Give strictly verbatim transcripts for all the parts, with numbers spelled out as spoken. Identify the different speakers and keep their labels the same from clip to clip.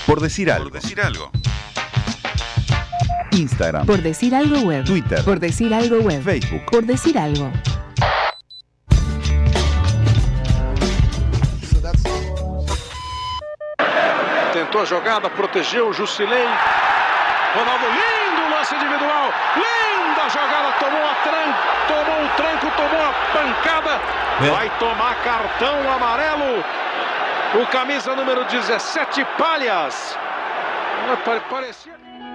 Speaker 1: Por decir algo.
Speaker 2: Por decir algo.
Speaker 1: Instagram.
Speaker 3: Por decir algo web.
Speaker 1: Twitter.
Speaker 3: Por decir algo web.
Speaker 1: Facebook.
Speaker 3: Por decir algo.
Speaker 4: Tentou a jogada, protegeu o Jusilei. Ronaldo, lindo lance individual. Linda jogada, tomou a tranco, tomou o tranco, tomou a pancada. É. Vai tomar cartão amarelo. O camisa número dezessete, Palhas. Parecia...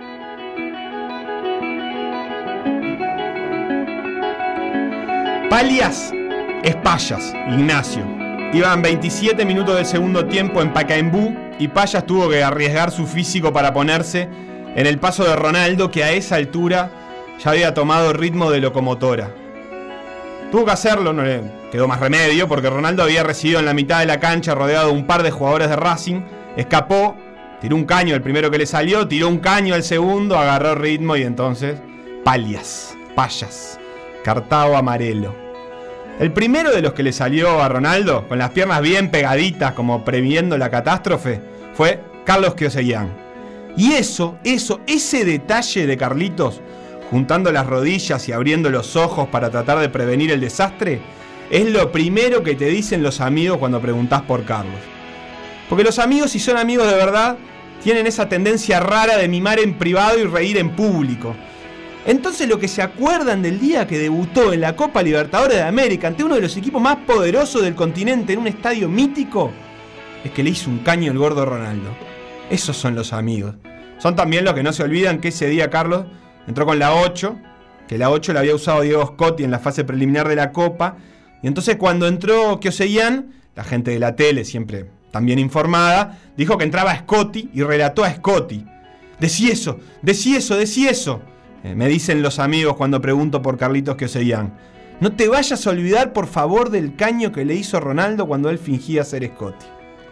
Speaker 5: Palhas es Pallas, Ignacio. Iban veintisiete minutos del segundo tiempo en Pacaembu y Pallas tuvo que arriesgar su físico para ponerse en el paso de Ronaldo, que a esa altura ya había tomado ritmo de locomotora. Tuvo que hacerlo, no le quedó más remedio, porque Ronaldo había recibido en la mitad de la cancha rodeado de un par de jugadores de Racing, escapó, tiró un caño el primero que le salió, tiró un caño el segundo, agarró ritmo y entonces Palhas, Pallas, cartao amarelo. El primero de los que le salió a Ronaldo, con las piernas bien pegaditas como previendo la catástrofe, fue Carlos Kioseyan. Y eso, eso, ese detalle de Carlitos, juntando las rodillas y abriendo los ojos para tratar de prevenir el desastre, es lo primero que te dicen los amigos cuando preguntás por Carlos. Porque los amigos, si son amigos de verdad, tienen esa tendencia rara de mimar en privado y reír en público. Entonces lo que se acuerdan del día que debutó en la Copa Libertadores de América ante uno de los equipos más poderosos del continente en un estadio mítico, es que le hizo un caño el gordo Ronaldo. Esos son los amigos. Son también los que no se olvidan que ese día Carlos entró con la ocho, que la ocho la había usado Diego Scotti en la fase preliminar de la Copa, y entonces cuando entró Kioseyan, la gente de la tele, siempre tan bien informada, dijo que entraba Scotti y relató a Scotti. Decí eso, decí eso, decí eso. Eh, me dicen los amigos cuando pregunto por Carlitos Kioseyan. No te vayas a olvidar, por favor, del caño que le hizo Ronaldo cuando él fingía ser Scotti.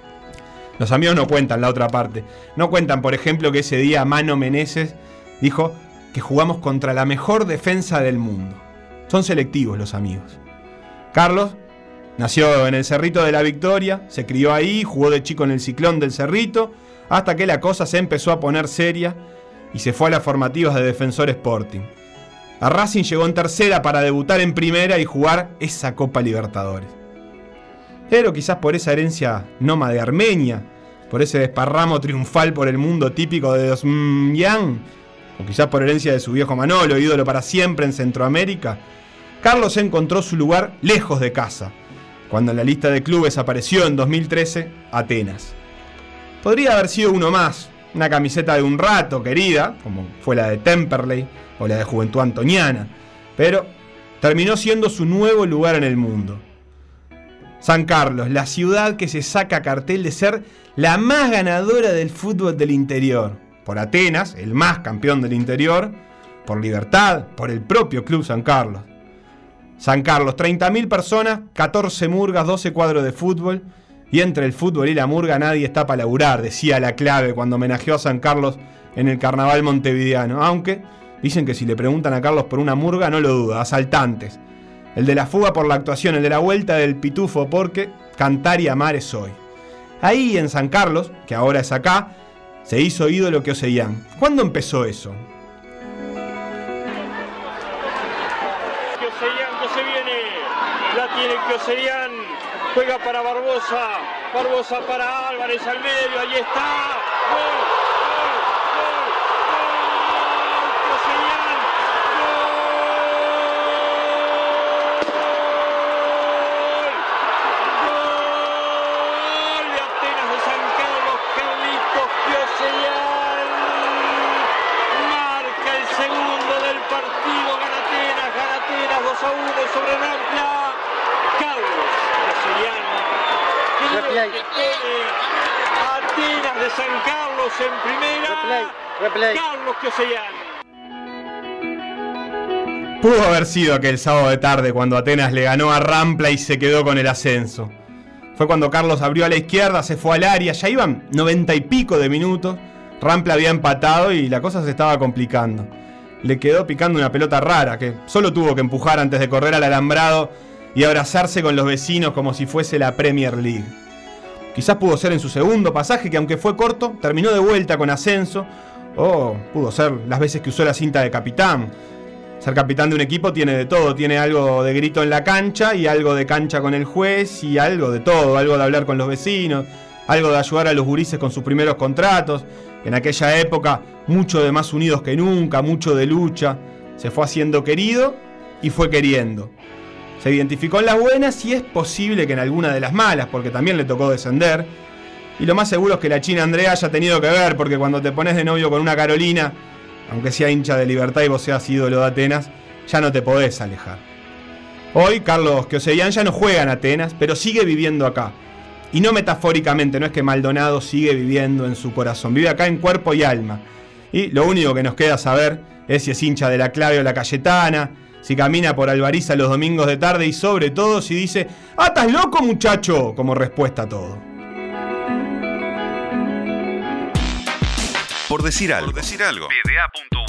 Speaker 5: Los amigos no cuentan la otra parte. No cuentan, por ejemplo, que ese día Mano Meneses dijo que jugamos contra la mejor defensa del mundo. Son selectivos los amigos. Carlos nació en el Cerrito de la Victoria, se crió ahí, jugó de chico en el Ciclón del Cerrito, hasta que la cosa se empezó a poner seria y se fue a las formativas de Defensor Sporting. A Racing llegó en tercera para debutar en primera y jugar esa Copa Libertadores. Pero quizás por esa herencia noma de Armenia, por ese desparramo triunfal por el mundo típico de Dosmyan, o quizás por herencia de su viejo Manolo, ídolo para siempre en Centroamérica, Carlos encontró su lugar lejos de casa, cuando en la lista de clubes apareció en dos mil trece Atenas. Podría haber sido uno más, una camiseta de un rato querida, como fue la de Temperley o la de Juventud Antoniana, pero terminó siendo su nuevo lugar en el mundo. San Carlos, la ciudad que se saca cartel de ser la más ganadora del fútbol del interior. Por Atenas, el más campeón del interior, por Libertad, por el propio Club San Carlos. San Carlos, treinta mil personas, catorce murgas, doce cuadros de fútbol, y entre el fútbol y la murga nadie está para laburar, decía la clave cuando homenajeó a San Carlos en el carnaval montevideano. Aunque dicen que si le preguntan a Carlos por una murga, no lo duda, asaltantes. El de la fuga por la actuación, el de la vuelta del pitufo, porque cantar y amar es hoy. Ahí en San Carlos, que ahora es acá, se hizo ídolo Kioseyan. ¿Cuándo empezó eso?
Speaker 6: Kioseyan que se viene, la tiene Kioseyan, juega para Barbosa, Barbosa para Álvarez al medio, ahí está, gol, gol, gol, gol, Kioseyan, gol, gol de Atenas de San Carlos, Carlitos Kioseyan, marca el segundo del partido, gana Atenas, gana Atenas dos a uno sobre Rampla. Carlos Kioseyan, que pone Atenas de San Carlos en primera. Replay, replay. Carlos Kioseyan.
Speaker 5: Pudo haber sido aquel sábado de tarde cuando Atenas le ganó a Rampla y se quedó con el ascenso. Fue cuando Carlos abrió a la izquierda, se fue al área, ya iban noventa y pico de minutos. Rampla había empatado y la cosa se estaba complicando. Le quedó picando una pelota rara que solo tuvo que empujar antes de correr al alambrado y abrazarse con los vecinos como si fuese la Premier League. Quizás pudo ser en su segundo pasaje, que aunque fue corto, terminó de vuelta con ascenso, o pudo ser las veces que usó la cinta de capitán. Ser capitán de un equipo tiene de todo, tiene algo de grito en la cancha y algo de cancha con el juez y algo de todo, algo de hablar con los vecinos, algo de ayudar a los gurises con sus primeros contratos. En aquella época, mucho de más unidos que nunca, mucho de lucha. Se fue haciendo querido y fue queriendo. Se identificó en las buenas y es posible que en alguna de las malas, porque también le tocó descender. Y lo más seguro es que la China Andrea haya tenido que ver, porque cuando te pones de novio con una Carolina, aunque sea hincha de Libertad y vos seas ídolo de Atenas, ya no te podés alejar. Hoy Carlos Keoseyan ya no juega en Atenas, pero sigue viviendo acá. Y no metafóricamente, no es que Maldonado sigue viviendo en su corazón, vive acá en cuerpo y alma. Y lo único que nos queda saber es si es hincha de la Clave o la Cayetana, si camina por Alvariza los domingos de tarde y sobre todo si dice ¡ah, estás loco, muchacho!, como respuesta a todo.
Speaker 1: Por decir algo. Por decir algo. B D A punto